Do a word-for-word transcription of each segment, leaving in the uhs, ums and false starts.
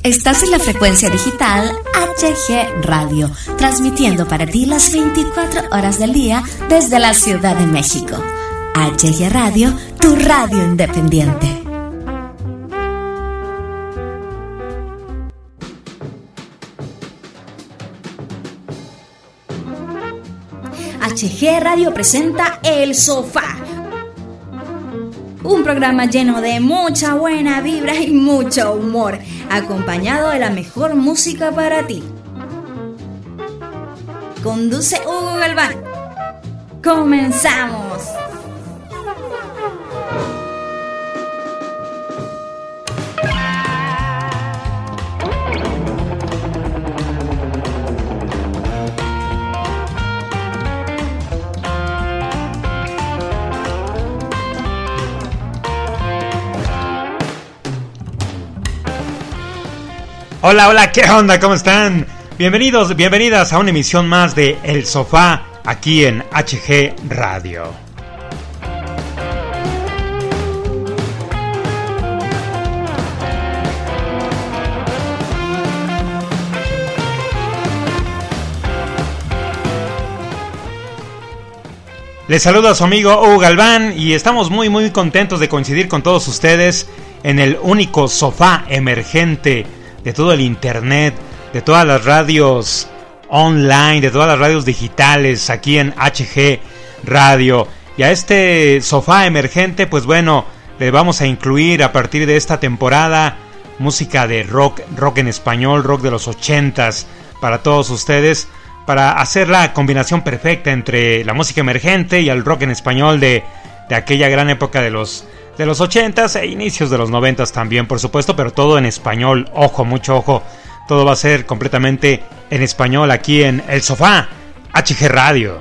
Estás en la frecuencia digital H G Radio, transmitiendo para ti las veinticuatro horas del día desde la Ciudad de México. H G Radio, tu radio independiente. H G Radio presenta El Sofá, un programa lleno de mucha buena vibra y mucho humor, acompañado de la mejor música para ti. Conduce Hugo Galván. ¡Comenzamos! Hola, hola, ¿qué onda? ¿Cómo están? Bienvenidos, bienvenidas a una emisión más de El Sofá, aquí en H G Radio. Les saludo a su amigo Hugo Galván y estamos muy muy contentos de coincidir con todos ustedes en el único sofá emergente de todo el internet, de todas las radios online, de todas las radios digitales aquí en H G Radio. Y a este sofá emergente, pues bueno, le vamos a incluir a partir de esta temporada música de rock, rock en español, rock de los ochentas para todos ustedes, para hacer la combinación perfecta entre la música emergente y el rock en español de, de aquella gran época de los de los ochentas e inicios de los noventas también, por supuesto, pero todo en español. Ojo, mucho ojo, todo va a ser completamente en español aquí en El Sofá, H G Radio.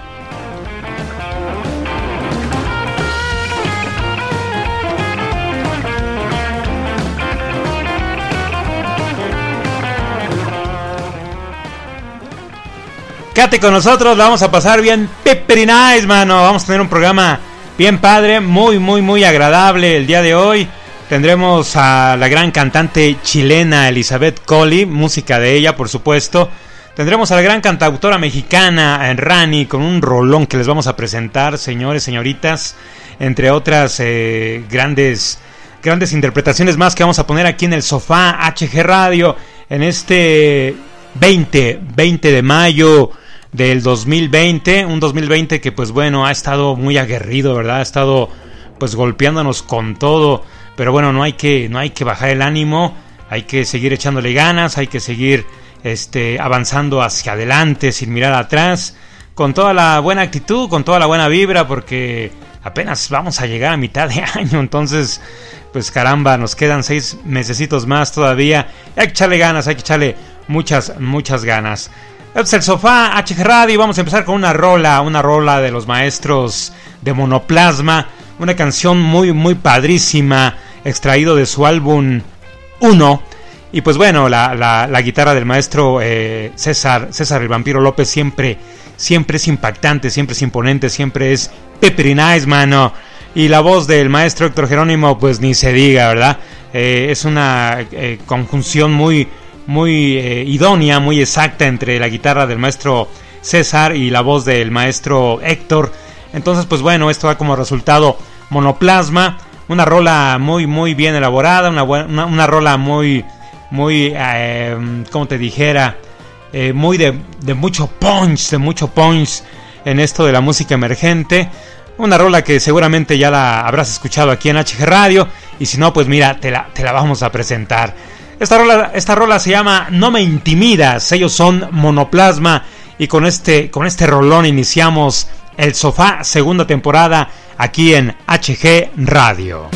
Quédate con nosotros, la vamos a pasar bien peppery nice, mano. Vamos a tener un programa bien padre, muy muy muy agradable el día de hoy. Tendremos a la gran cantante chilena Elizabeth Colli, música de ella por supuesto. Tendremos a la gran cantautora mexicana Rani con un rolón que les vamos a presentar, señores, señoritas, entre otras eh, grandes grandes interpretaciones más que vamos a poner aquí en El Sofá H G Radio en este veinte de mayo del dos mil veinte, un dos mil veinte que pues bueno ha estado muy aguerrido, ¿verdad? Ha estado pues golpeándonos con todo, pero bueno, no hay que no hay que bajar el ánimo, hay que seguir echándole ganas, hay que seguir este avanzando hacia adelante sin mirar atrás, con toda la buena actitud, con toda la buena vibra, porque apenas vamos a llegar a mitad de año, entonces pues caramba, nos quedan seis mesecitos más todavía, hay que echarle ganas, hay que echarle muchas, muchas ganas. Es El Sofá H G Radio y vamos a empezar con una rola, una rola de los maestros de Monoplasma, una canción muy muy padrísima, extraído de su álbum uno. Y pues bueno, la, la, la guitarra del maestro eh, César, César el Vampiro López siempre, siempre es impactante, siempre es imponente, siempre es peppery nice, mano. Y la voz del maestro Héctor Jerónimo, pues ni se diga, ¿verdad? Eh, es una eh, conjunción muy muy eh, idónea, muy exacta entre la guitarra del maestro César y la voz del maestro Héctor. Entonces pues bueno, esto da como resultado Monoplasma, una rola muy muy bien elaborada, una, una, una rola muy muy eh, como te dijera eh, muy de, de mucho punch, de mucho punch en esto de la música emergente. Una rola que seguramente ya la habrás escuchado aquí en H G Radio, y si no pues mira, te la, te la vamos a presentar. Esta rola, esta rola se llama No Me Intimidas, ellos son Monoplasma, y con este, con este rolón iniciamos El Sofá, segunda temporada, aquí en H G Radio.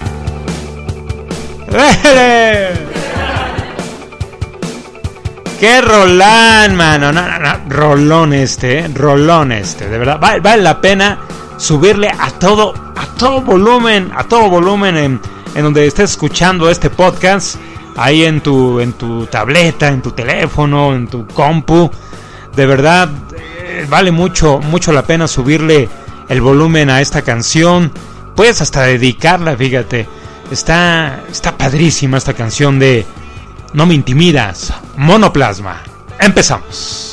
¡Qué rolán, mano! No, no, no, rolón este, ¿eh? rolón este, de verdad, vale, vale la pena subirle a todo, a todo volumen, a todo volumen en, en donde estés escuchando este podcast. Ahí en tu en tu tableta, en tu teléfono, en tu compu, de verdad eh, vale mucho mucho la pena subirle el volumen a esta canción. Puedes hasta dedicarla, fíjate. Está está padrísima esta canción de No me intimidas, Monoplasma. Empezamos.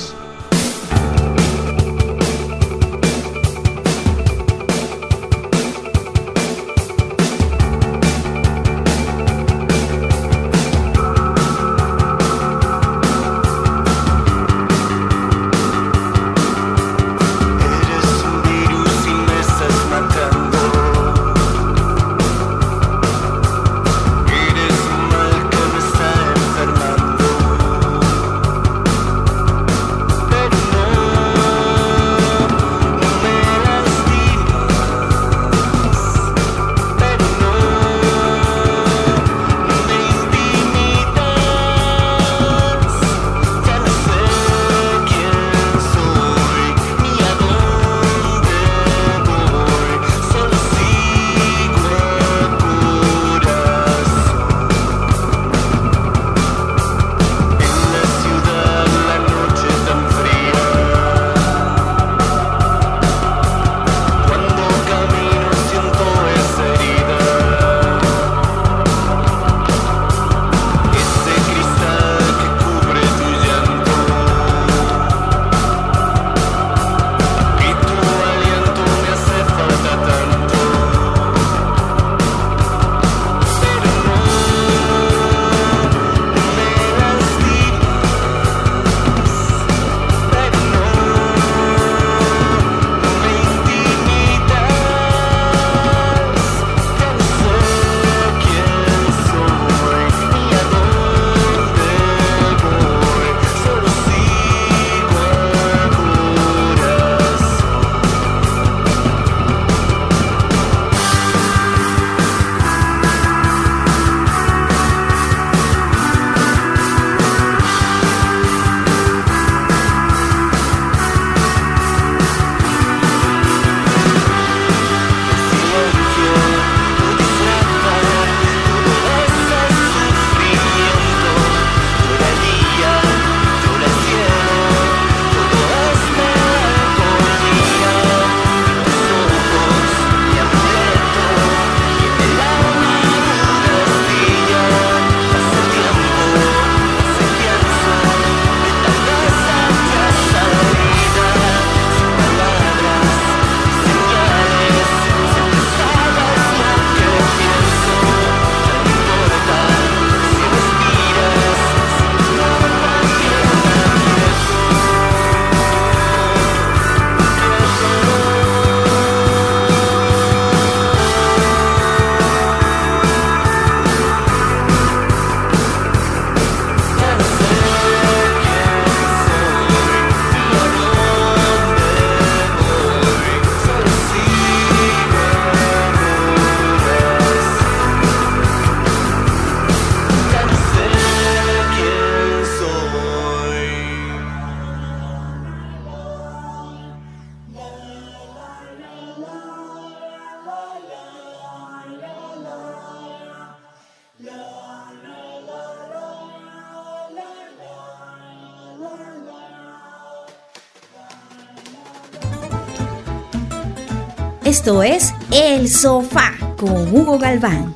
Esto es El Sofá con Hugo Galván.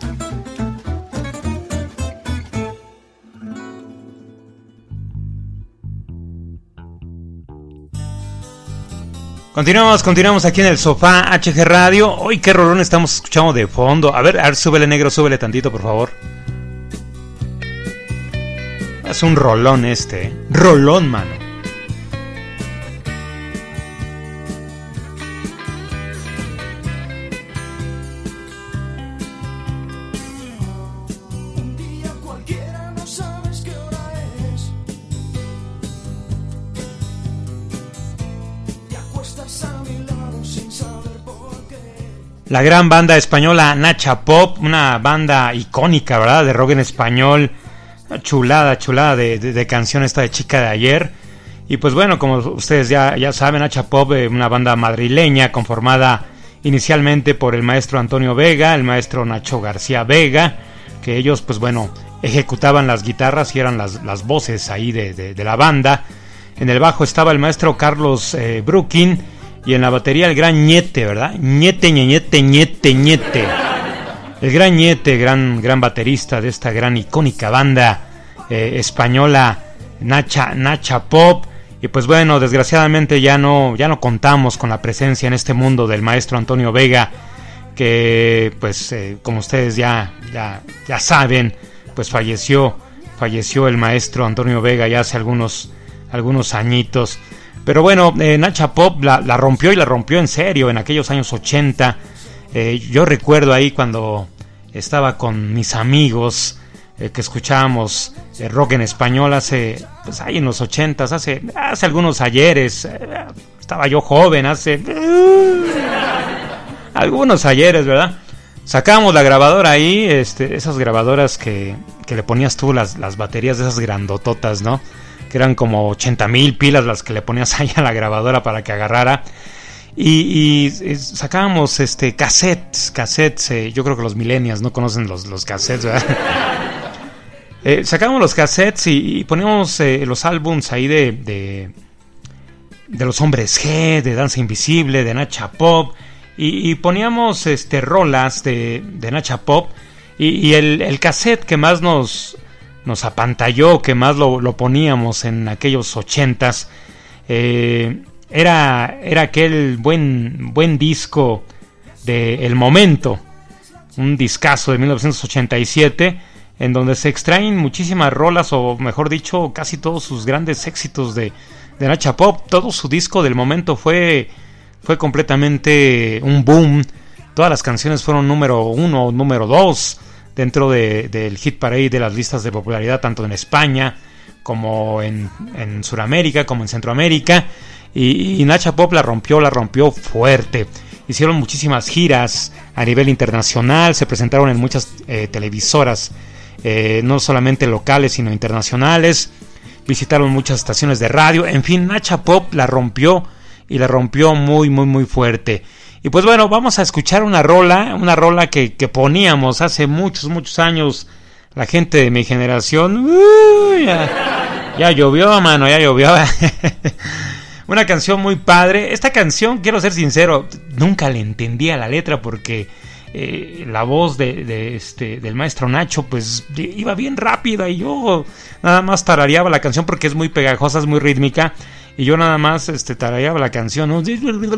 Continuamos, continuamos aquí en El Sofá H G Radio. Hoy qué rolón estamos escuchando de fondo. A ver, a ver, súbele negro, súbele tantito, por favor. Es un rolón este, ¿eh? Rolón, mano. La gran banda española Nacha Pop, una banda icónica, ¿verdad? De rock en español, chulada, chulada de, de, de canción esta de Chica de Ayer. Y pues bueno, como ustedes ya, ya saben, Nacha Pop, eh, una banda madrileña conformada inicialmente por el maestro Antonio Vega, el maestro Nacho García Vega, que ellos pues bueno, ejecutaban las guitarras y eran las, las voces ahí de, de, de la banda. En el bajo estaba el maestro Carlos eh, Brooking. Y en la batería el gran Ñete, ¿verdad? Ñete, Ñete, Ñete, Ñete. El gran Ñete, gran, gran baterista de esta gran icónica banda eh, española Nacha, Nacha Pop. Y pues bueno, desgraciadamente ya no, ya no contamos con la presencia en este mundo del maestro Antonio Vega, que pues eh, como ustedes ya, ya, ya saben, pues falleció, falleció el maestro Antonio Vega ya hace algunos, algunos añitos. Pero bueno, eh, Nacha Pop la, la rompió y la rompió en serio en aquellos años ochenta. Eh, yo recuerdo ahí cuando estaba con mis amigos eh, que escuchábamos eh, rock en español hace, pues ahí en los ochentas, hace, hace algunos ayeres. Eh, estaba yo joven, hace uh, algunos ayeres, ¿verdad? Sacábamos la grabadora ahí, este, esas grabadoras que, que le ponías tú las, las baterías de esas grandototas, ¿no? Que eran como ochenta mil pilas las que le ponías ahí a la grabadora para que agarrara. Y, y sacábamos este cassettes, cassettes, eh, yo creo que los millennials no conocen los, los cassettes, ¿verdad? eh, sacábamos los cassettes y, y poníamos eh, los álbums ahí de, de, de los Hombres G, de Danza Invisible, de Nacha Pop, y, y poníamos este rolas de, de Nacha Pop, y, y el, el cassette que más nos... nos apantalló, que más lo, lo poníamos en aquellos ochentas, eh, era, era aquel buen, buen disco de El Momento, un discazo de mil novecientos ochenta y siete, en donde se extraen muchísimas rolas, o mejor dicho, casi todos sus grandes éxitos de, de Nacha Pop. Todo su disco del Momento fue, fue completamente un boom. Todas las canciones fueron número uno o número dos dentro de, del hit parade de las listas de popularidad, tanto en España como en, en Sudamérica, como en Centroamérica. Y, y Nacha Pop la rompió, la rompió fuerte. Hicieron muchísimas giras a nivel internacional, se presentaron en muchas eh, televisoras, eh, no solamente locales, sino internacionales. Visitaron muchas estaciones de radio. En fin, Nacha Pop la rompió y la rompió muy, muy, muy fuerte. Y pues bueno, vamos a escuchar una rola, una rola que, que poníamos hace muchos, muchos años la gente de mi generación. Uh, ya, ya llovió, mano, ya llovió. Una canción muy padre. Esta canción, quiero ser sincero, nunca le entendía la letra porque eh, la voz de, de este, del maestro Nacho pues iba bien rápida y yo nada más tarareaba la canción porque es muy pegajosa, es muy rítmica. Y yo nada más este, tarareaba la canción, ¿no?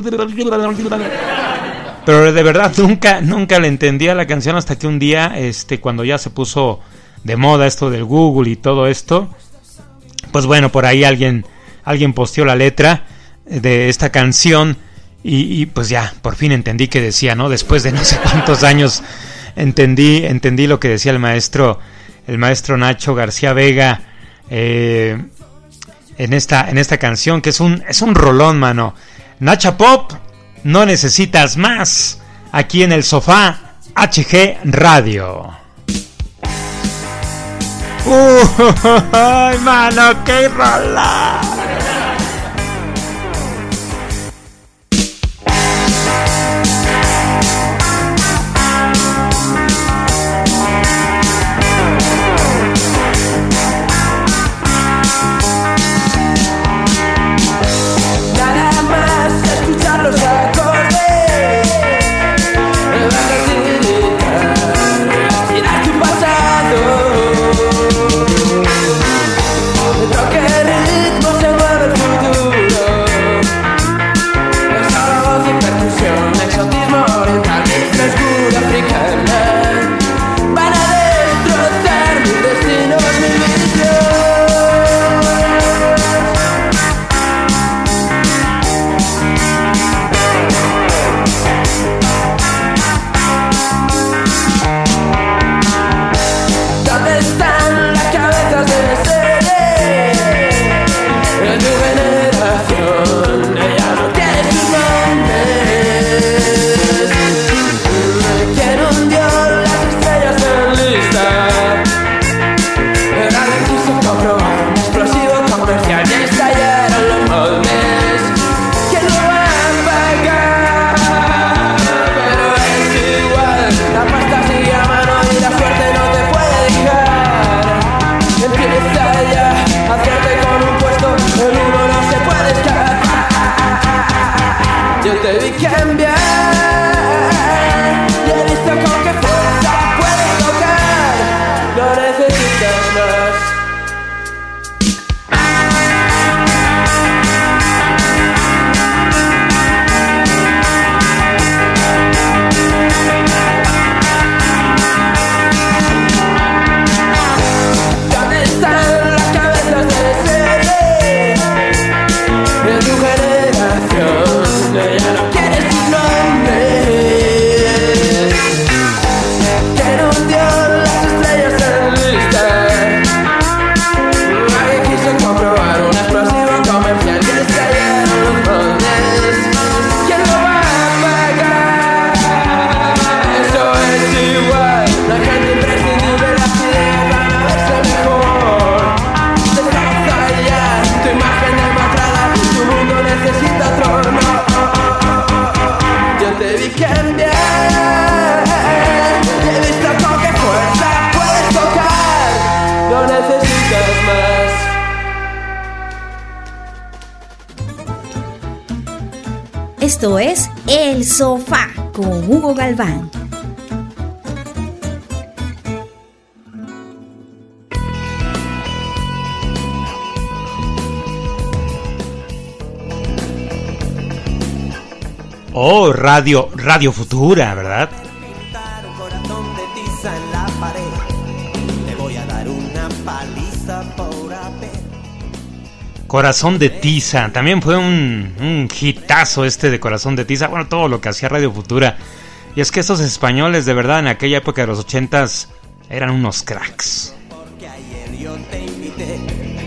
Pero de verdad nunca, nunca le entendía la canción hasta que un día, este, cuando ya se puso de moda esto del Google y todo esto, pues bueno, por ahí alguien, alguien posteó la letra de esta canción y, y pues ya, por fin entendí qué decía, ¿no? Después de no sé cuántos años entendí, entendí lo que decía el maestro, el maestro Nacho García Vega, eh... En esta, en esta canción, que es un, es un rolón, mano. Nacha Pop, no necesitas más. Aquí en el sofá, H G Radio. ¡Uh! ¡Ay, mano! ¡Qué rolón! Toque ritmo se Esto es El Sofá con Hugo Galván. Oh, radio, Radio Futura, ¿verdad? Corazón de Tiza, también fue un, un hitazo este de Corazón de Tiza. Bueno, todo lo que hacía Radio Futura. Y es que estos españoles, de verdad, en aquella época de los ochentas, eran unos cracks. Porque ayer yo te invité,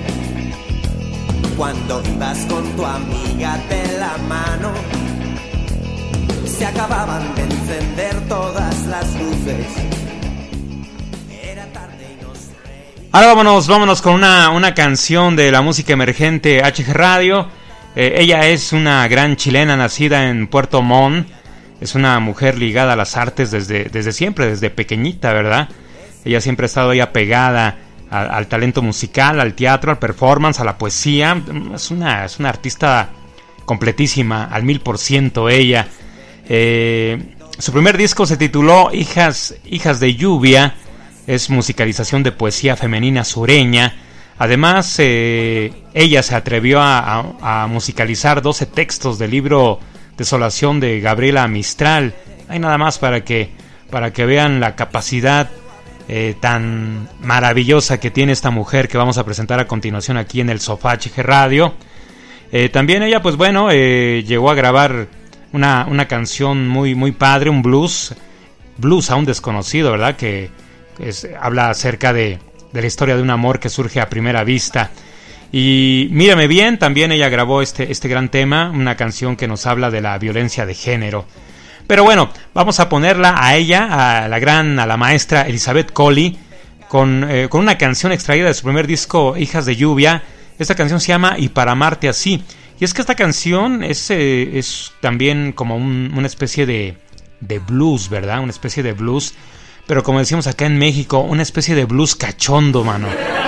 cuando ibas con tu amiga de la mano, se acababan de encender todas las luces. Era tarde y nos reímos. Ahora vámonos, vámonos con una, una canción de la música emergente H G Radio. Eh, ella es una gran chilena nacida en Puerto Montt. Es una mujer ligada a las artes desde, desde siempre, desde pequeñita, ¿verdad? Ella siempre ha estado ahí apegada a, al talento musical, al teatro, al performance, a la poesía. Es una, es una artista completísima, al mil por ciento ella. Eh, su primer disco se tituló Hijas, Hijas de Lluvia. Es musicalización de poesía femenina sureña. Además, eh, ella se atrevió a, a, a musicalizar doce textos del libro Desolación de Gabriela Mistral. Hay nada más para que, para que vean la capacidad eh, tan maravillosa que tiene esta mujer que vamos a presentar a continuación aquí en el Sofá H G Radio. Eh, también ella, pues bueno, eh, llegó a grabar una, una canción muy, muy padre, un blues, blues aún desconocido, ¿verdad? Que es, habla acerca de, de la historia de un amor que surge a primera vista. Y Mírame Bien, también ella grabó este, este gran tema, una canción que nos habla de la violencia de género. Pero bueno, vamos a ponerla a ella, a la gran, a la maestra Elizabeth Colley, con, eh, con una canción extraída de su primer disco, Hijas de Lluvia. Esta canción se llama Y para amarte así. Y es que esta canción es, eh, es también como un, una especie de, de blues, ¿verdad? Una especie de blues, pero como decimos acá en México, una especie de blues cachondo, mano.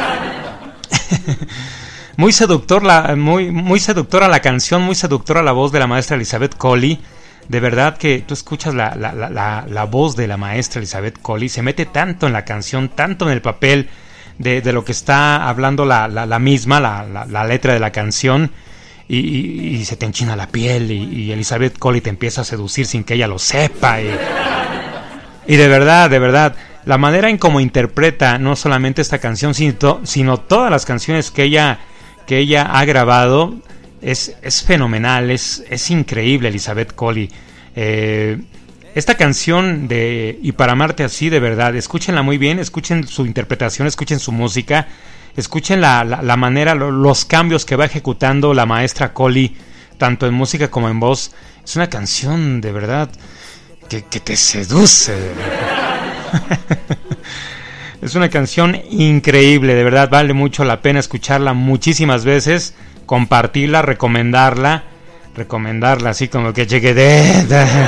Muy seductor la, muy, muy seductora la canción, muy seductora la voz de la maestra Elizabeth Colley. De verdad que tú escuchas la, la, la, la, la voz de la maestra Elizabeth Colley, se mete tanto en la canción, tanto en el papel de, de lo que está hablando la, la, la misma, la, la, la letra de la canción, y, y, y se te enchina la piel, y, y Elizabeth Colley te empieza a seducir sin que ella lo sepa. Y, y de verdad, de verdad, la manera en cómo interpreta no solamente esta canción, sino, sino todas las canciones que ella... que ella ha grabado es, es fenomenal, es, es increíble Elizabeth Colley. Eh, esta canción de Y para amarte así, de verdad, escúchenla muy bien, escuchen su interpretación, escuchen su música, escuchen la, la, la manera, lo, los cambios que va ejecutando la maestra Colley, tanto en música como en voz. Es una canción de verdad que, que te seduce. Es una canción increíble, de verdad vale mucho la pena escucharla muchísimas veces, compartirla, recomendarla, recomendarla así como que llegue de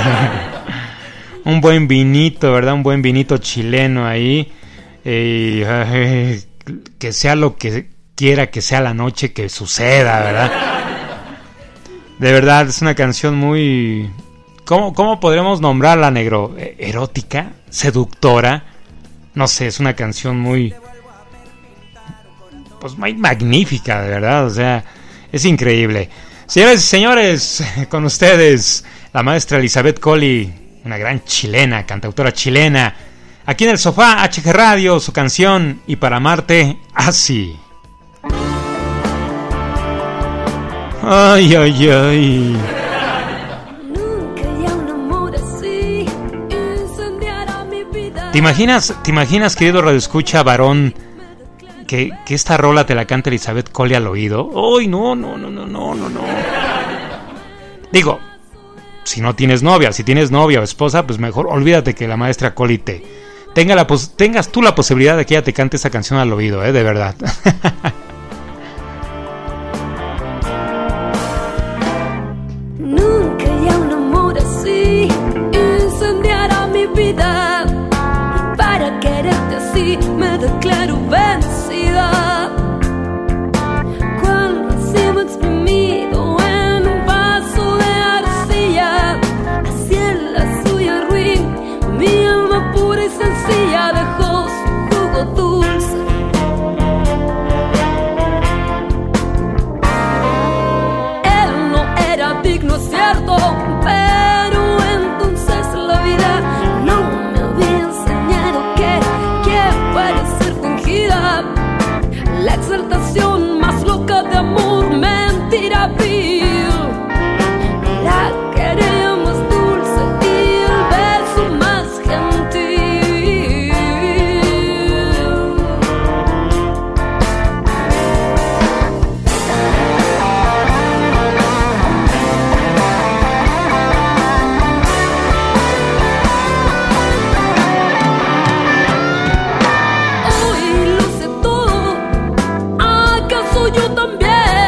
un buen vinito, ¿verdad? Un buen vinito chileno ahí, eh, eh, que sea lo que quiera que sea la noche que suceda, ¿verdad? De verdad es una canción muy, ¿cómo, cómo podremos nombrarla, negro? Erótica, seductora. No sé, es una canción muy, pues muy magnífica, de verdad, o sea, es increíble. Señores y señores, con ustedes, la maestra Elizabeth Colley, una gran chilena, cantautora chilena, aquí en el Sofá H G Radio, su canción Y para amarte así. Ay, ay, ay. ¿Te imaginas, te imaginas, querido radioescucha varón, que, que esta rola te la canta Elizabeth Colley al oído? ¡Ay, no, no, no, no, no, no, no! Digo, si no tienes novia, si tienes novia o esposa, pues mejor olvídate que la maestra Colley te tenga la pos, tengas tú la posibilidad de que ella te cante esa canción al oído, ¿eh? De verdad. Nunca ya un amor así incendiará mi vida. Para quererte así me declaro vencida. Cual racimo exprimido en un vaso de arcilla. exaltación más loca de amor, mentira vil. La queremos dulce y el beso más gentil. Hoy lo sé todo, ¿acaso yo también?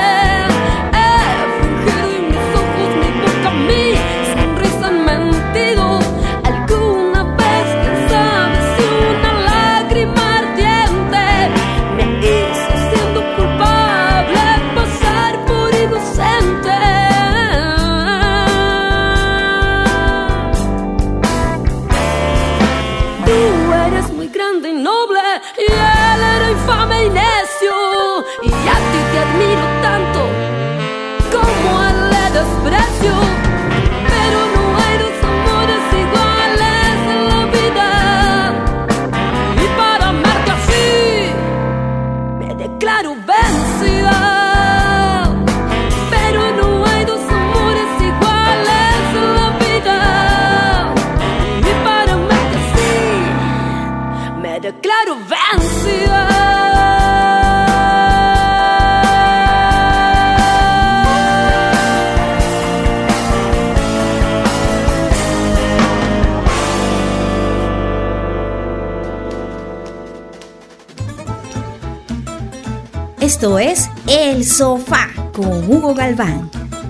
Pero no hay dos amores iguales en la vida. Y para amarte así me declaro vencida. Pero no hay dos amores iguales en la vida. Y para amarte así me declaro vencida. Esto es El Sofá con Hugo Galván.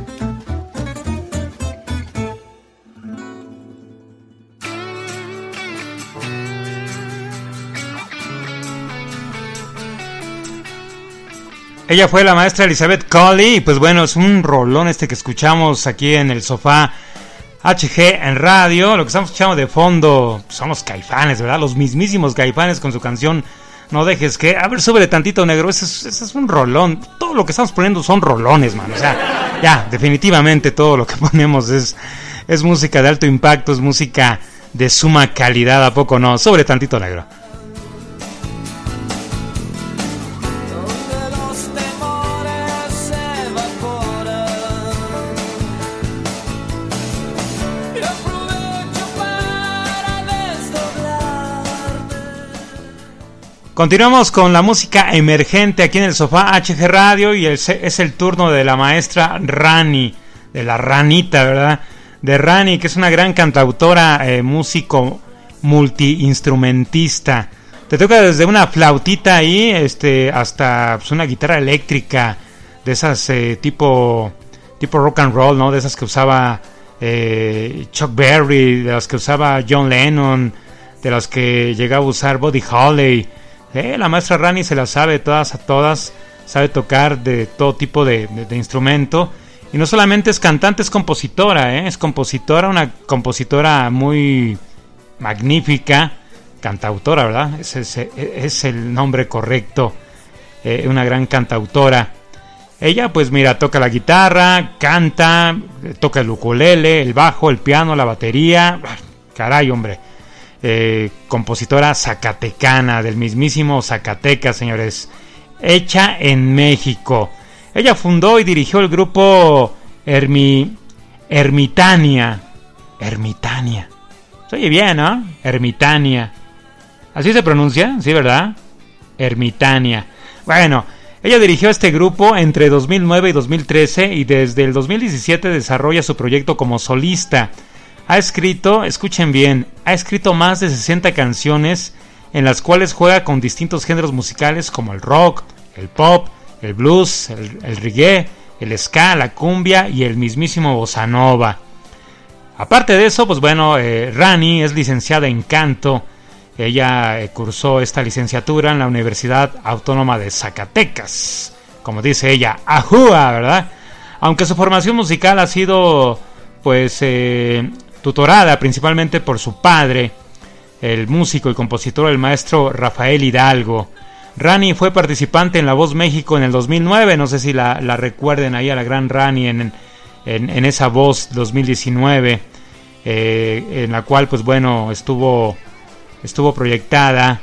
Ella fue la maestra Elizabeth Colley y pues bueno, es un rolón este que escuchamos aquí en El Sofá H G en radio. Lo que estamos escuchando de fondo son los Caifanes, ¿verdad? Los mismísimos Caifanes con su canción No Dejes Que. A ver, súbele tantito, negro. Ese es, ese es un rolón. Todo lo que estamos poniendo son rolones, man. O sea, ya, definitivamente todo lo que ponemos es, es música de alto impacto, es música de suma calidad, ¿a poco no? Súbele tantito, negro. Continuamos con la música emergente aquí en El Sofá H G Radio y el, es el turno de la maestra Rani, de la ranita, ¿verdad? De Rani, que es una gran cantautora, eh, músico, multiinstrumentista. Te toca desde una flautita ahí este, hasta pues, una guitarra eléctrica, de esas eh, tipo, tipo rock and roll, ¿no? De esas que usaba eh, Chuck Berry, de las que usaba John Lennon, de las que llegaba a usar Buddy Holly. Eh, la maestra Rani se las sabe todas a todas, sabe tocar de todo tipo de, de, de instrumento. Y no solamente es cantante, es compositora, ¿eh? Es compositora, una compositora muy magnífica, cantautora, ¿verdad? Ese es, es el nombre correcto, eh, una gran cantautora. Ella, pues mira, toca la guitarra, canta, toca el ukulele, el bajo, el piano, la batería. Caray, hombre. Eh, compositora zacatecana, del mismísimo Zacatecas, señores, hecha en México. Ella fundó y dirigió el grupo Hermi, Ermitaña. Ermitaña. Se oye bien, ¿no? Ermitaña. ¿Así se pronuncia? Sí, ¿verdad? Ermitaña. Bueno, ella dirigió este grupo entre dos mil nueve y dos mil trece y desde el dos mil diecisiete desarrolla su proyecto como solista. Ha escrito, escuchen bien, ha escrito más de sesenta canciones en las cuales juega con distintos géneros musicales como el rock, el pop, el blues, el, el reggae, el ska, la cumbia y el mismísimo bossa nova. Aparte de eso, pues bueno, eh, Rani es licenciada en canto. Ella eh, cursó esta licenciatura en la Universidad Autónoma de Zacatecas. Como dice ella, ¡ajúa!, ¿verdad? Aunque su formación musical ha sido, pues... Eh, tutorada principalmente por su padre, el músico y compositor, el maestro Rafael Hidalgo. Rani fue participante en La Voz México en el dos mil nueve, no sé si la, la recuerden ahí a la gran Rani en, en, en esa Voz dos mil diecinueve, eh, en la cual pues bueno estuvo, estuvo proyectada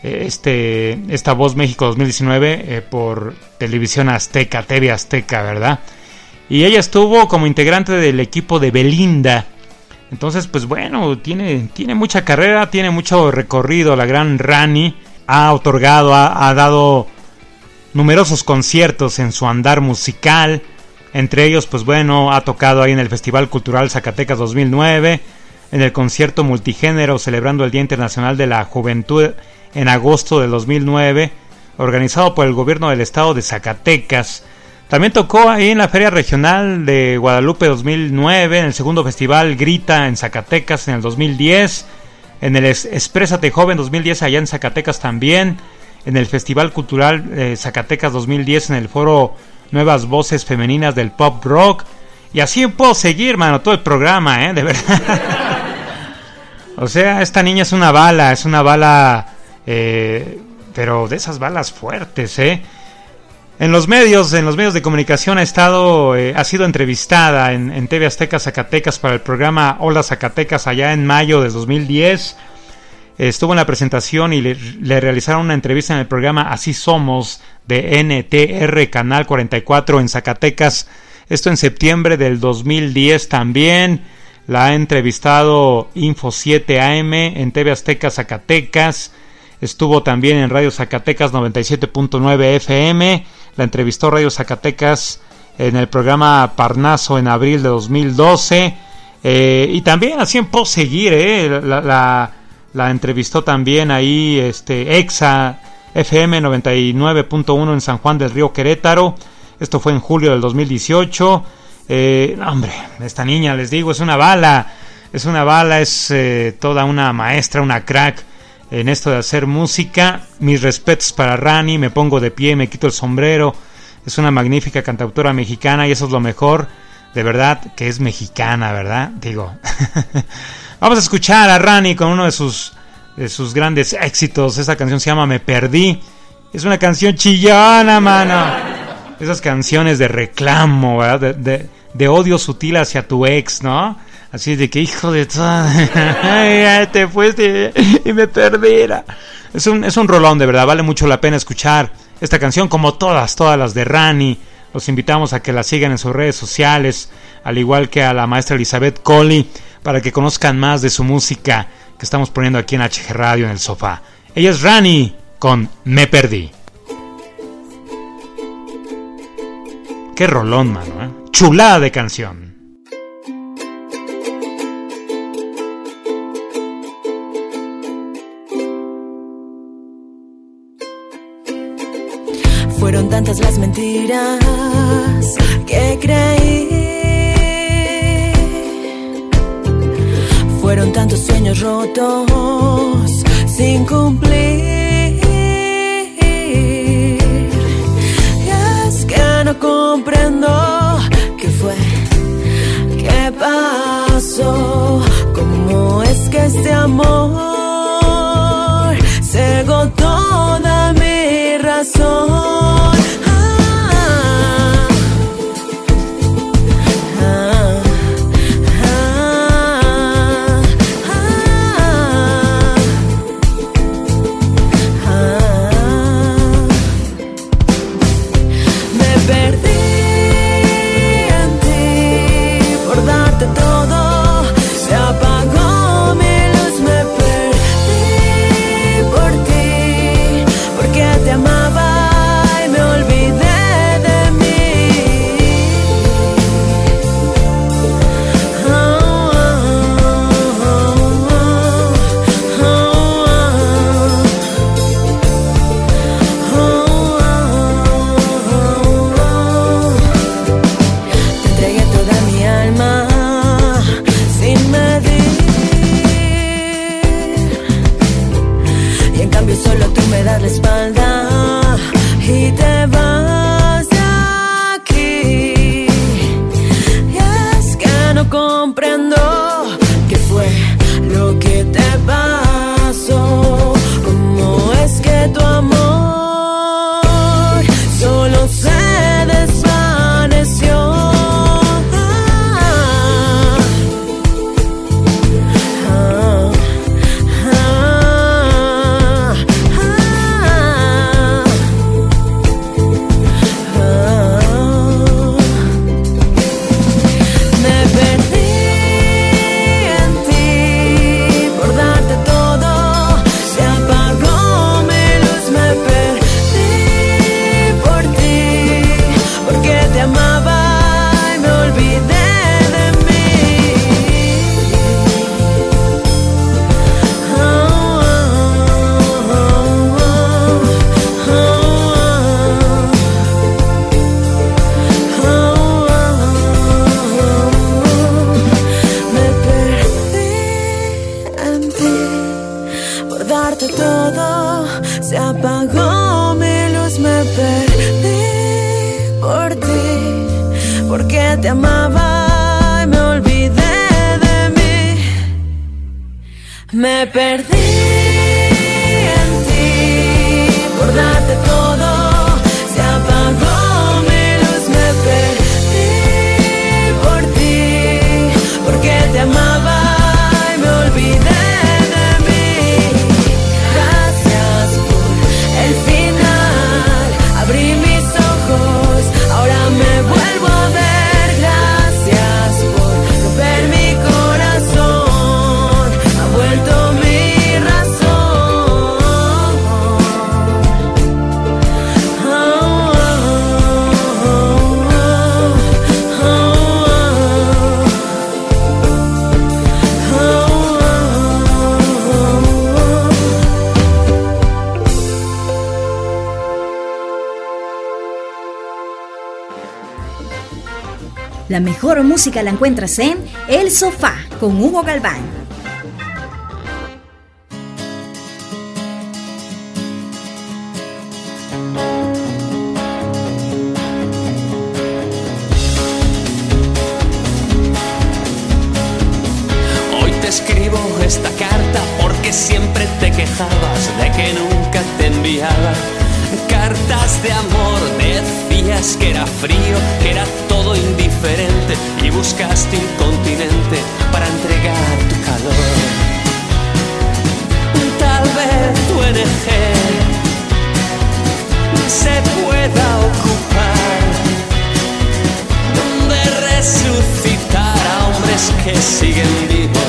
este esta Voz México dos mil diecinueve eh, por Televisión Azteca, T V Azteca, ¿verdad? Y ella estuvo como integrante del equipo de Belinda. Entonces, pues bueno, tiene, tiene mucha carrera, tiene mucho recorrido. La gran Rani ha otorgado, ha, ha dado numerosos conciertos en su andar musical. Entre ellos, pues bueno, ha tocado ahí en el Festival Cultural Zacatecas dos mil nueve, en el concierto multigénero celebrando el Día Internacional de la Juventud en agosto del dos mil nueve, organizado por el gobierno del estado de Zacatecas. También tocó ahí en la Feria Regional de Guadalupe dos mil nueve, en el segundo festival Grita en Zacatecas en el dos mil diez, en el Exprésate Joven dos mil diez allá en Zacatecas también, en el Festival Cultural eh, Zacatecas dos mil diez en el foro Nuevas Voces Femeninas del Pop Rock. Y así puedo seguir, mano, todo el programa, ¿eh? De verdad. O sea, esta niña es una bala, es una bala... Eh, pero de esas balas fuertes, ¿eh? En los medios, en los medios de comunicación ha estado, eh, ha sido entrevistada en, en T V Azteca Zacatecas para el programa Hola Zacatecas allá en mayo de dos mil diez. Eh, estuvo en la presentación y le, le realizaron una entrevista en el programa Así Somos de N T R Canal cuarenta y cuatro en Zacatecas. Esto en septiembre del dos mil diez también. La ha entrevistado Info siete A M en T V Azteca Zacatecas. Estuvo también en Radio Zacatecas noventa y siete punto nueve F M. La entrevistó Radio Zacatecas en el programa Parnaso en abril de dos mil doce. Eh, y también así puedo seguir, eh, la, la, la entrevistó también ahí este, Exa F M noventa y nueve punto uno en San Juan del Río, Querétaro. Esto fue en julio del dos mil dieciocho. Eh, no, hombre, esta niña, les digo, es una bala. Es una bala, es eh, toda una maestra, una crack en esto de hacer música. Mis respetos para Rani, me pongo de pie, me quito el sombrero. Es una magnífica cantautora mexicana y eso es lo mejor, de verdad, que es mexicana, ¿verdad? Digo, vamos a escuchar a Rani con uno de sus, de sus grandes éxitos. Esta canción se llama Me Perdí. Es una canción chillona, mano. Esas canciones de reclamo, ¿verdad? De, de, de odio sutil hacia tu ex, ¿no? Así de que, hijo de todo, ya te fuiste y me perdiera. Es un, es un rolón, de verdad, vale mucho la pena escuchar esta canción, como todas, todas las de Rani. Los invitamos a que la sigan en sus redes sociales, al igual que a la maestra Elizabeth Coley, para que conozcan más de su música que estamos poniendo aquí en H G Radio en el sofá. Ella es Rani con Me Perdí. Qué rolón, mano, ¿eh? Chulada de canción. Fueron tantas las mentiras que creí, fueron tantos sueños rotos sin cumplir, y es que no comprendo qué fue, qué pasó, cómo es que este amor cegó toda mi razón. Ah apagó mi luz, me perdí por ti, porque te amaba y me olvidé de mí. Me perdí en ti por darte todo, se apagó mi luz, me perdí por ti, porque te amaba y me olvidé. Abrí mis ojos, ahora me vuelvo a ver. Gracias por romper mi corazón, ha vuelto mi razón. Oh, oh, oh, oh, oh, oh, oh. La mejor música la encuentras en El Sofá con Hugo Galván. Hoy te escribo esta carta porque siempre te quejabas de que nunca te enviaba cartas de amor. Decías que era frío, que era todo indiferente y buscaste un continente para entregar tu calor. Tal vez tu O N G se pueda ocupar de resucitar a hombres que siguen vivos.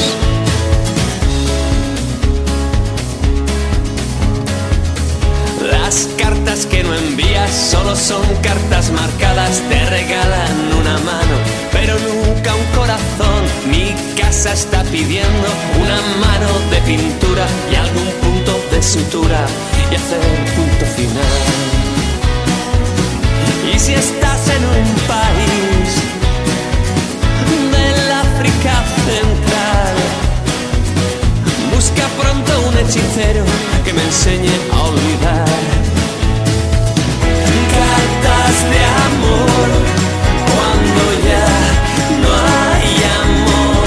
Las cartas que no envías solo son cartas marcadas, te regalan una mano, pero nunca un corazón. Mi casa está pidiendo una mano de pintura y algún punto de sutura y hacer punto final. Y si estás en un país del África Central, busca pronto un hechicero que me enseñe a olvidar. Cartas de amor cuando ya no hay amor.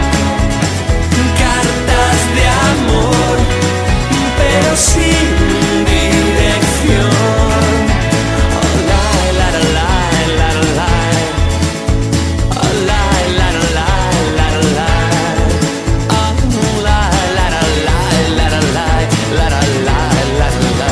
Cartas de amor pero sin dirección. Oh, la, la, la, la, la, la. Oh, la, la, la, la, la, la. Oh, la, la, la, la, la, la, la, la, la, la, la.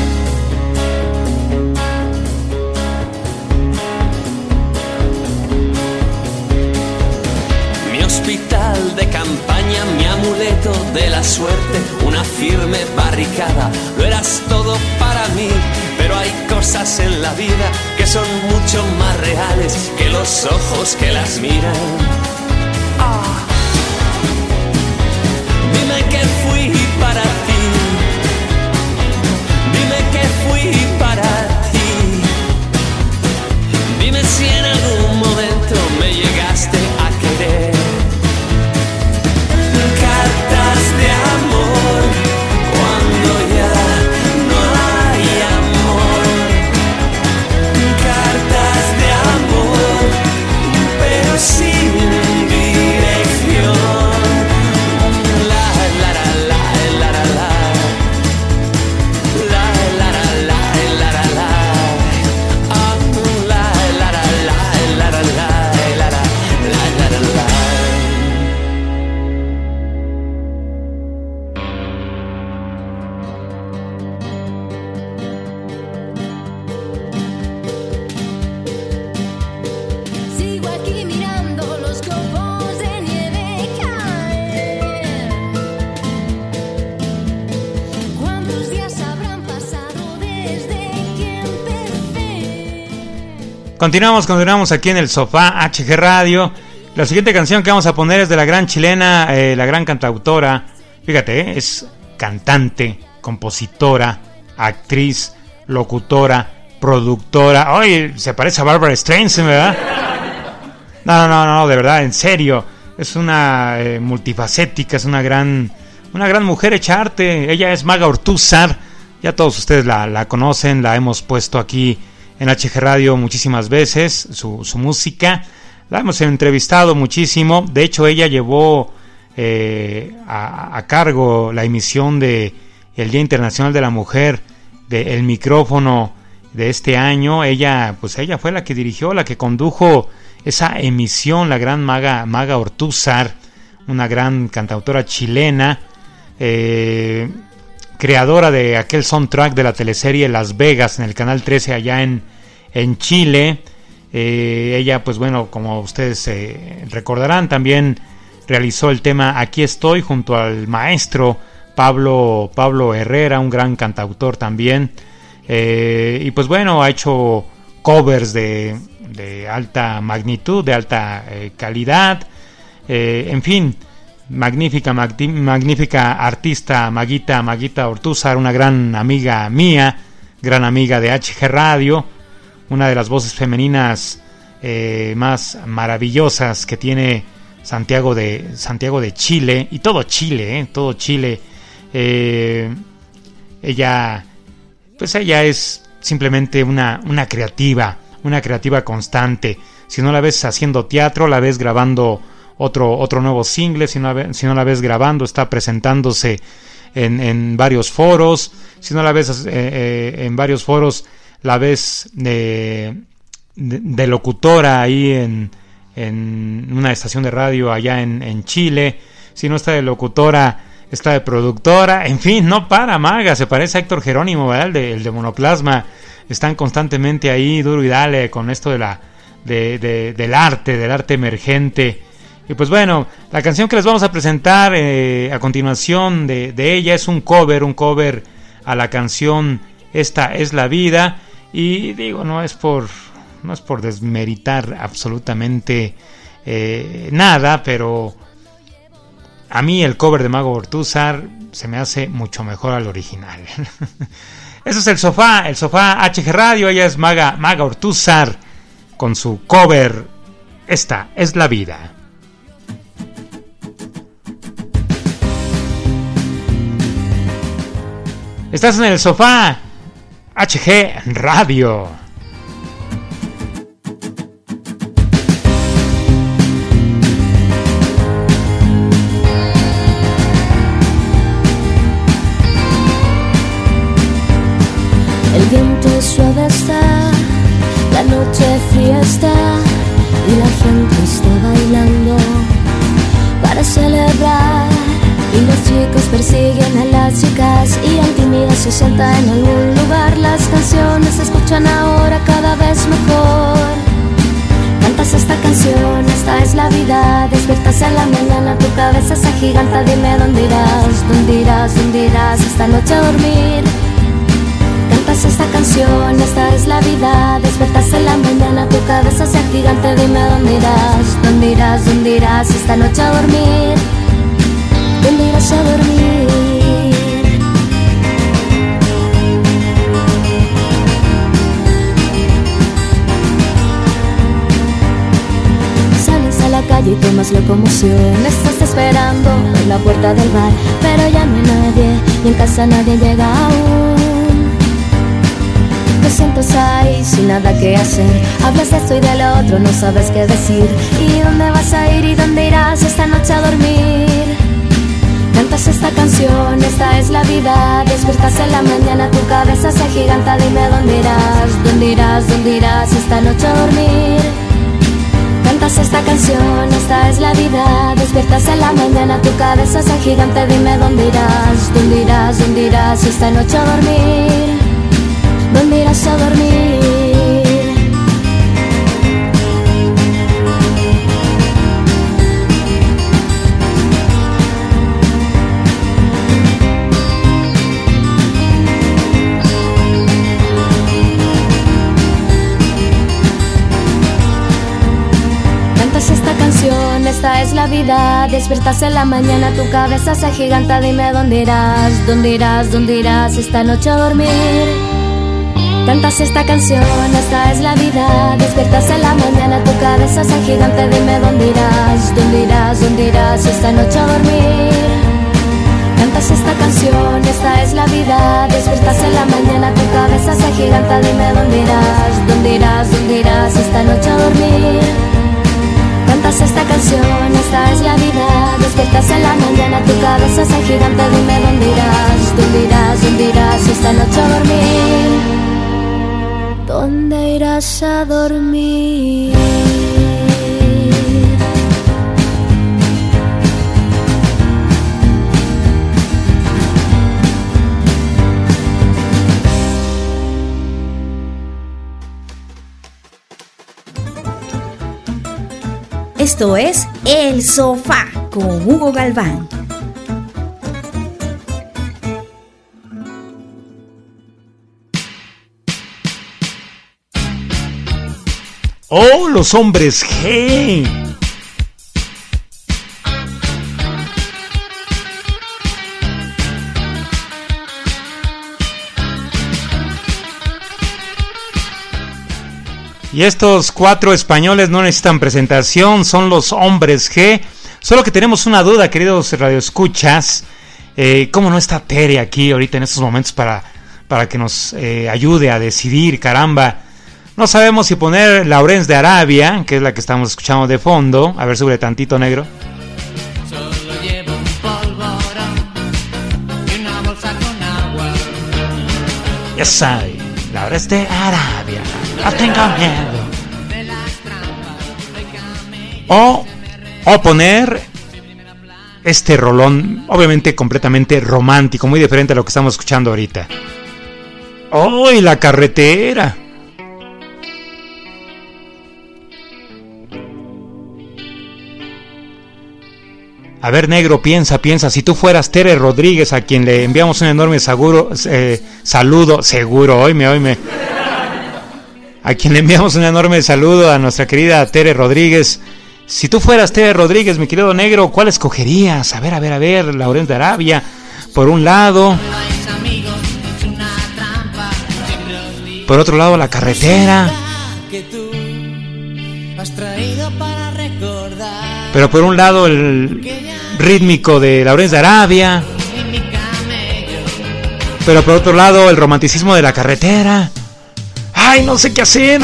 Mi hospital de campaña, mi amuleto de la suerte, una firme barricada, lo eras todo para mí. Pero hay cosas en la vida que son mucho más reales que los ojos que las miran. Ah. Dime que fui para ti, dime que fui para ti, dime si en algún momento me llegaste a querer. Cartas de amor cuando ya no hay amor. Cartas de amor pero sin dirección. La la la la la la la. La la la la la la la. Ah, la la la la la la la la la la la la. Sigo aquí mirando los copos de nieve caer. ¿Cuántos días habrán pasado desde que empecé? Continuamos, continuamos aquí en El Sofá H G Radio. La siguiente canción que vamos a poner es de la gran chilena, eh, la gran cantautora. Fíjate, eh, es cantante, compositora, actriz, locutora, productora. Oye, se parece a Barbara Streisand, ¿verdad? No, no, no, no, de verdad, en serio. Es una eh, multifacética, es una gran, una gran mujer hecha arte. Ella es Maga Ortúzar, Ya todos ustedes la, la conocen, la hemos puesto aquí en H G Radio muchísimas veces, su, su música. La hemos entrevistado muchísimo. De hecho, ella llevó eh, a, a cargo la emisión de el Día Internacional de la Mujer, de El Micrófono de este año. Ella, pues ella fue la que dirigió, la que condujo esa emisión, la gran Maga, Maga Ortúzar, una gran cantautora chilena, eh, creadora de aquel soundtrack de la teleserie Las Vegas en el Canal trece allá en, en Chile. Eh, ella, pues bueno, como ustedes eh, recordarán, también realizó el tema Aquí estoy junto al maestro Pablo, Pablo Herrera, un gran cantautor también. Eh, y pues bueno, ha hecho covers de, de alta magnitud, de alta eh, calidad. Eh, en fin, magnífica, magdi- magnífica artista Maguita, Maguita Ortúzar, una gran amiga mía, gran amiga de H G Radio, una de las voces femeninas eh, más maravillosas que tiene Santiago de, Santiago de Chile, y todo Chile, eh, todo Chile. Eh, ella, pues ella es simplemente una, una creativa, una creativa constante. Si no la ves haciendo teatro, la ves grabando otro, otro nuevo single. Si no, si no la ves grabando, está presentándose en, en varios foros. Si no la ves eh, eh, en varios foros, la ves de, de, de locutora ahí en, en una estación de radio allá en, en Chile. Si no está de locutora, está de productora. En fin, no para, Maga. Se parece a Héctor Jerónimo, ¿verdad? El de, el de Monoplasma. Están constantemente ahí, duro y dale, con esto de la de, de, del arte, del arte emergente. Y pues bueno, la canción que les vamos a presentar eh, a continuación de, de ella es un cover, un cover a la canción Esta es la vida. Y digo, no es por no es por desmeritar absolutamente eh, nada, pero a mí el cover de Mago Ortúzar se me hace mucho mejor al original. Eso es el sofá, el sofá H G Radio. Ella es Maga, Maga Ortúzar con su cover Esta es la vida. Estás en el sofá H G Radio. El viento suave está, la noche fría está y la gente está bailando para celebrar. Y los chicos persiguen a las chicas y el tímido se sienta en algún lugar. Las canciones se escuchan ahora cada vez mejor. Cantas esta canción, esta es la vida. Despiertas en la mañana, tu cabeza se agiganta. Dime dónde irás, dónde irás, dónde irás esta noche a dormir. Cantas esta canción, esta es la vida. Despiertas en la mañana, tu cabeza se agiganta. Dime dónde irás, dónde irás, dónde irás esta noche a dormir. ¿Dónde irás a dormir? Sales a la calle y tomas locomoción. Estás esperando en la puerta del bar, pero ya no hay nadie y en casa nadie llega aún. Te sientas ahí sin nada que hacer. Hablas de esto y de lo otro, no sabes qué decir. ¿Y dónde vas a ir y dónde irás esta noche a dormir? Cantas esta canción, esta es la vida. Despiertas en la mañana, tu cabeza se agiganta. Dime dónde irás, dónde irás, dónde irás esta noche a dormir. Cantas esta canción, esta es la vida. Despiertas en la mañana, tu cabeza se agiganta. Dime dónde irás, dónde irás, dónde irás esta noche a dormir. ¿Dónde irás a dormir? Esta es la vida, despiertas en la mañana, tu cabeza se agiganta. Dime dónde irás, dónde irás, dónde irás esta noche a dormir. Cantas esta canción, esta es la vida. Despiertas en la mañana, tu cabeza se agiganta. Dime dónde irás, dónde irás, dónde irás esta noche a dormir. Cantas esta canción, esta es la vida. Despiertas en la mañana, tu cabeza se agiganta. Dime dónde irás, dónde irás, dónde irás esta noche a dormir. Cantas esta canción, esta es la vida. Despiertas en la mañana, tu cabeza se agiganta. Dime dónde irás, dónde irás, dónde irás esta noche a dormir. ¿Dónde irás a dormir? Esto es El Sofá con Hugo Galván. ¡Oh, los hombres G! Y estos cuatro españoles no necesitan presentación, son los hombres G. Solo que tenemos una duda, queridos radioescuchas. Eh, ¿Cómo no está Tere aquí ahorita en estos momentos para, para que nos eh, ayude a decidir? Caramba. No sabemos si poner Laurence de Arabia, que es la que estamos escuchando de fondo. A ver, sube tantito, negro. Solo llevo un polvorón y una bolsa con agua. Ya sabe, Laurence de Arabia. No tengo miedo. O, o poner este rolón, obviamente completamente romántico, muy diferente a lo que estamos escuchando ahorita. ¡Oh, y la carretera! A ver, negro, piensa, piensa. Si tú fueras Tere Rodríguez, a quien le enviamos un enorme seguro, eh, saludo, seguro, oíme, oíme. A quien le enviamos un enorme saludo a nuestra querida Tere Rodríguez. Si tú fueras Tere Rodríguez, mi querido negro, ¿cuál escogerías? A ver, a ver, a ver, Laurence de Arabia, por un lado. Por otro lado, la carretera. Pero por un lado, el rítmico de Laurence de Arabia. Pero por otro lado, el romanticismo de la carretera. ¡Ay, no sé qué hacer!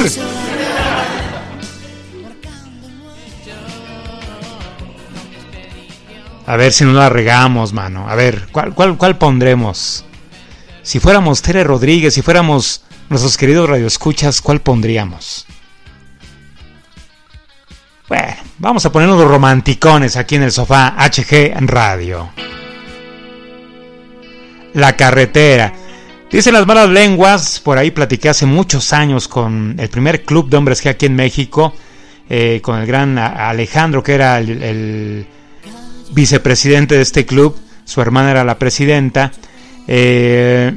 A ver si no la regamos, mano. A ver, ¿cuál, cuál, cuál pondremos? Si fuéramos Tere Rodríguez, si fuéramos nuestros queridos radioescuchas, ¿cuál pondríamos? Bueno, vamos a ponernos los romanticones aquí en el sofá H G Radio. La carretera. Dicen las malas lenguas, por ahí platiqué hace muchos años con el primer club de hombres G aquí en México, eh, con el gran Alejandro, que era el, el vicepresidente de este club, su hermana era la presidenta. Eh,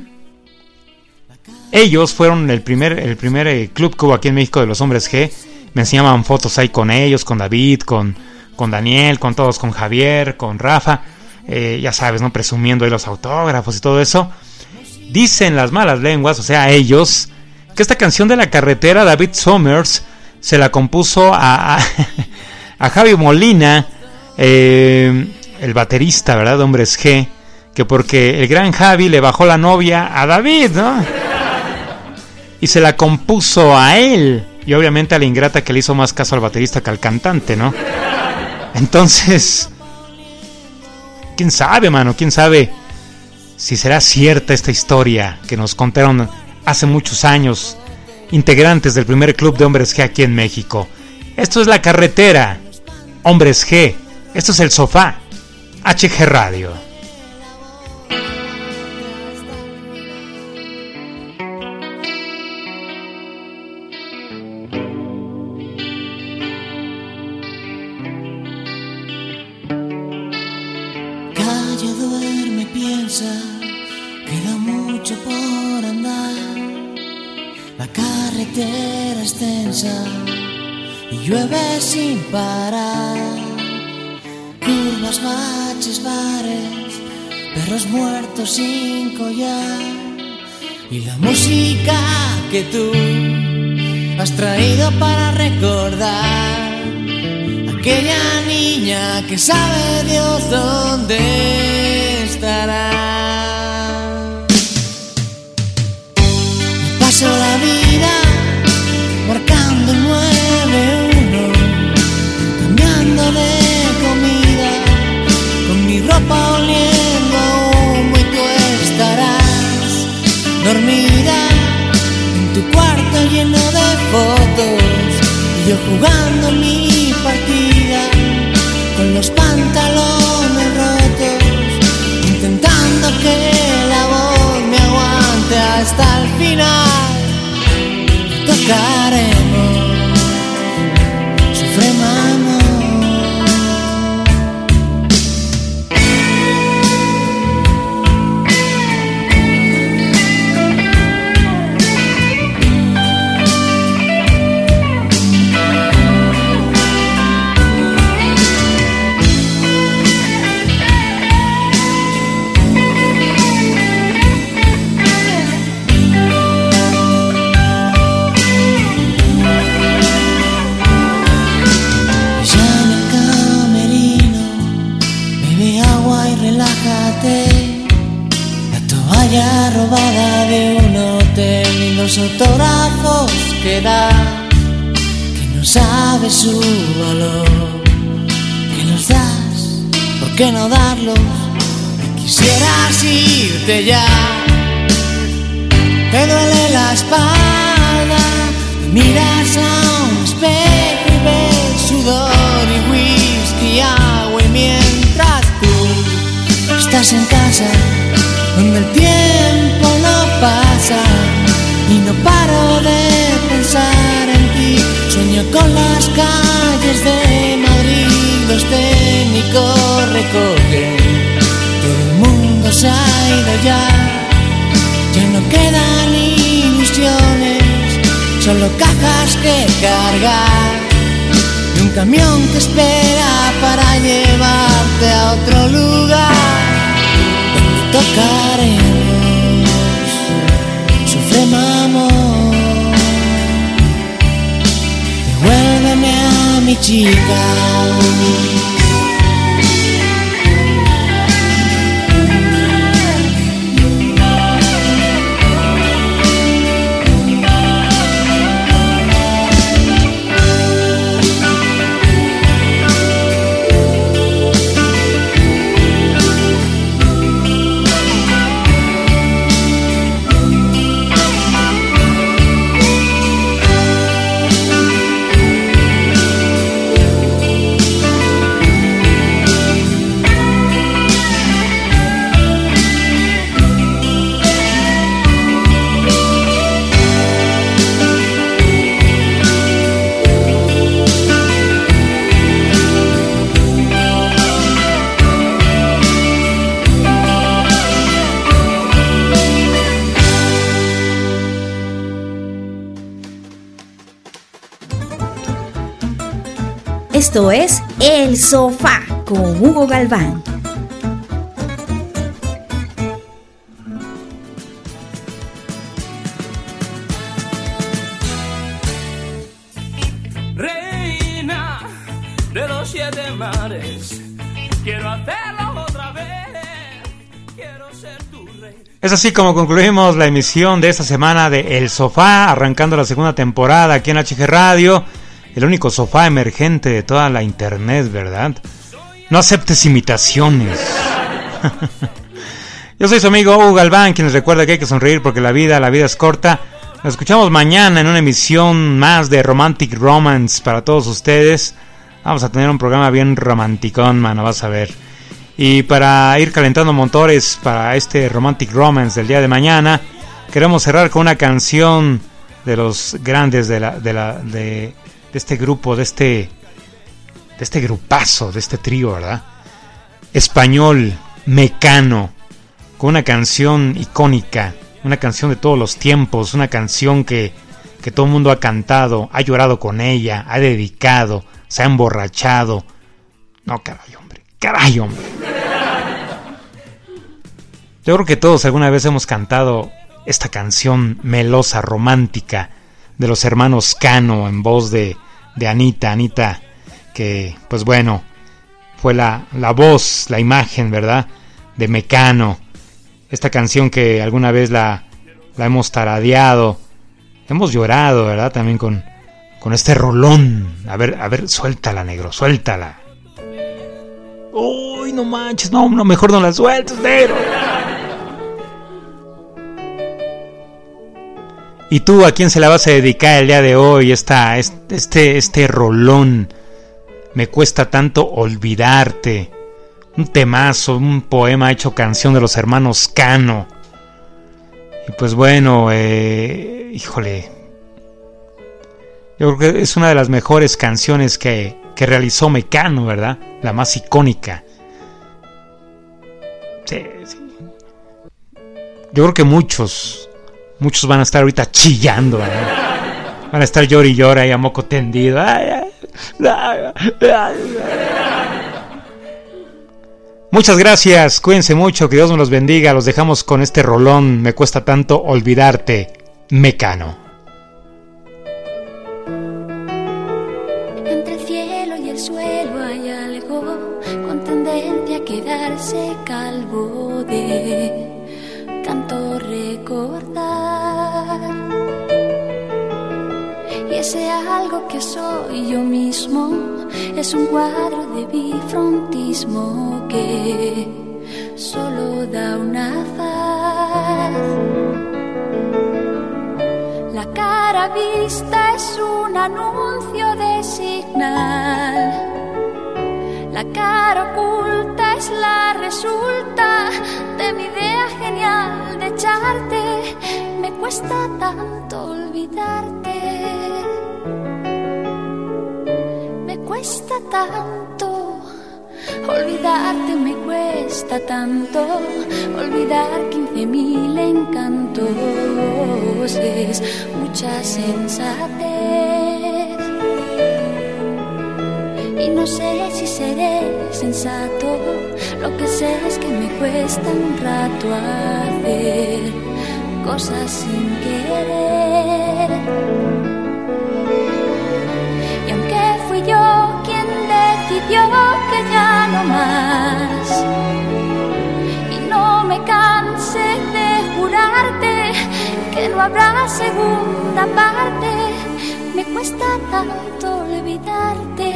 ellos fueron el primer, el primer eh, club que hubo aquí en México de los hombres G. Me enseñaban fotos ahí con ellos, con David, con, con Daniel, con todos, con Javier, con Rafa, eh, ya sabes, ¿no? Presumiendo ahí los autógrafos y todo eso. Dicen las malas lenguas, o sea, ellos, que esta canción de la carretera, David Summers se la compuso a, a, a Javi Molina, eh, el baterista, ¿verdad? De Hombres G, que porque el gran Javi le bajó la novia a David, ¿no? Y se la compuso a él. Y obviamente a la ingrata que le hizo más caso al baterista que al cantante, ¿no? Entonces, quién sabe, mano, quién sabe si será cierta esta historia que nos contaron hace muchos años integrantes del primer club de hombres G aquí en México. Esto es la carretera, hombres G. Esto es el sofá, H G Radio. Queda mucho por andar, la carretera es tensa y llueve sin parar. Curvas, baches, bares, perros muertos sin collar y la música que tú has traído para recordar aquella niña que sabe Dios dónde estará. Me paso la vida marcando el nueve uno, cambiando de comida, con mi ropa oliendo a humo, y tú estarás dormida en tu cuarto lleno de fotos, y yo jugando mi partida con los pantalones rotos, intentando que la voz me aguante hasta el final. Tocaremos, sufremos. La toalla robada de un hotel y los autógrafos que da, que no sabe su valor, que los das, ¿por qué no darlos? Quisieras irte ya, te duele la espalda, te miras a un espejo y ves sudor y whisky y agua, y mientras tú estás en casa donde el tiempo no pasa, y no paro de pensar en ti. Sueño con las calles de Madrid, los técnicos recogen, todo el mundo se ha ido ya, ya no quedan ilusiones, solo cajas que cargar y un camión que espera para llevarte a otro lugar. Tocaremos, sufremos, devuélveme a mi chica. Esto es El Sofá con Hugo Galván. Reina de los siete mares, quiero hacerlo otra vez, quiero ser tu rey. Es así como concluimos la emisión de esta semana de El Sofá, arrancando la segunda temporada aquí en H G Radio. El único sofá emergente de toda la internet, ¿verdad? No aceptes imitaciones. Yo soy su amigo Hugo Galván, quien les recuerda que hay que sonreír porque la vida, la vida es corta. Nos escuchamos mañana en una emisión más de Romantic Romance para todos ustedes. Vamos a tener un programa bien romanticón, mano, vas a ver. Y para ir calentando motores para este Romantic Romance del día de mañana, queremos cerrar con una canción de los grandes de la... De la de, de este grupo, de este de este grupazo, de este trío, ¿verdad? Español, Mecano, con una canción icónica, una canción de todos los tiempos, una canción que, que todo el mundo ha cantado, ha llorado con ella, ha dedicado, se ha emborrachado. No, caray, hombre, caray, hombre. Yo creo que todos alguna vez hemos cantado esta canción melosa, romántica, de los hermanos Cano, en voz de, de Anita, Anita, que pues bueno, fue la, la voz, la imagen, ¿verdad?, de Mecano. Esta canción que alguna vez la, la hemos taradeado, hemos llorado, ¿verdad?, también con, con este rolón. A ver, a ver, suéltala, negro, suéltala. Uy, no manches, no, no, mejor no la sueltes, negro. ¿Y tú a quién se la vas a dedicar el día de hoy? Esta, este, este, este rolón. Me cuesta tanto olvidarte. Un temazo, un poema hecho canción de los hermanos Cano. Y pues bueno, eh, híjole. Yo creo que es una de las mejores canciones que, que realizó Mecano, ¿verdad? La más icónica. Sí, sí. Yo creo que muchos, muchos van a estar ahorita chillando, ¿verdad? Van a estar llora y llora y a moco tendido. Ay, ay, ay, ay, ay. Muchas gracias, cuídense mucho, que Dios nos los bendiga. Los dejamos con este rolón, Me cuesta tanto olvidarte, Mecano. Entre el cielo y el suelo hay algo con tendencia a quedarse calvo de tanto recordar. Y ese algo que soy yo mismo es un cuadro de bifrontismo que solo da una faz. La cara vista es un anuncio de señal. La cara oculta es la resulta de mi idea genial de echarte. Me cuesta tanto olvidarte. Me cuesta tanto olvidarte, me cuesta tanto olvidar quince mil encantos. Es mucha sensatez y no sé si seré sensato. Lo que sé es que me cuesta un rato hacer cosas sin querer. Y aunque fui yo quien decidió que ya no más, y no me canse de jurarte que no habrá segunda parte, me cuesta tanto olvidarte.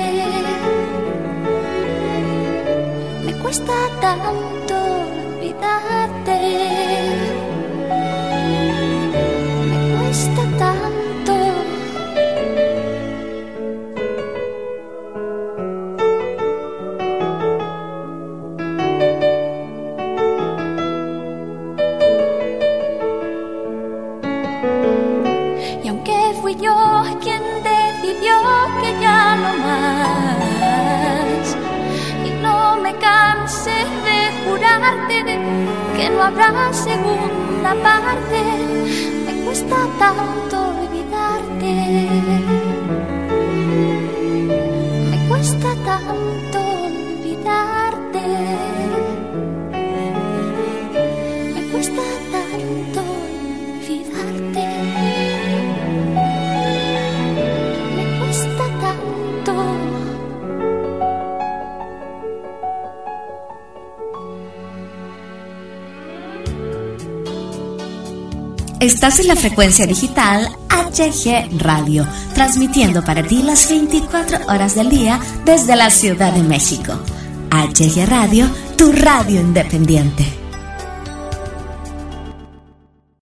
Me cuesta tanto olvidarte. Me cuesta tanto. Y aunque fui yo quien decidió que ya no más, y no me canse de jurarte que no habrá segunda parte, me cuesta tanto olvidarte. Me cuesta tanto olvidarte. Me cuesta tanto olvidarte. Me cuesta tanto. Estás en la frecuencia digital H G Radio, transmitiendo para ti las veinticuatro horas del día desde la Ciudad de México. H G Radio, tu radio independiente.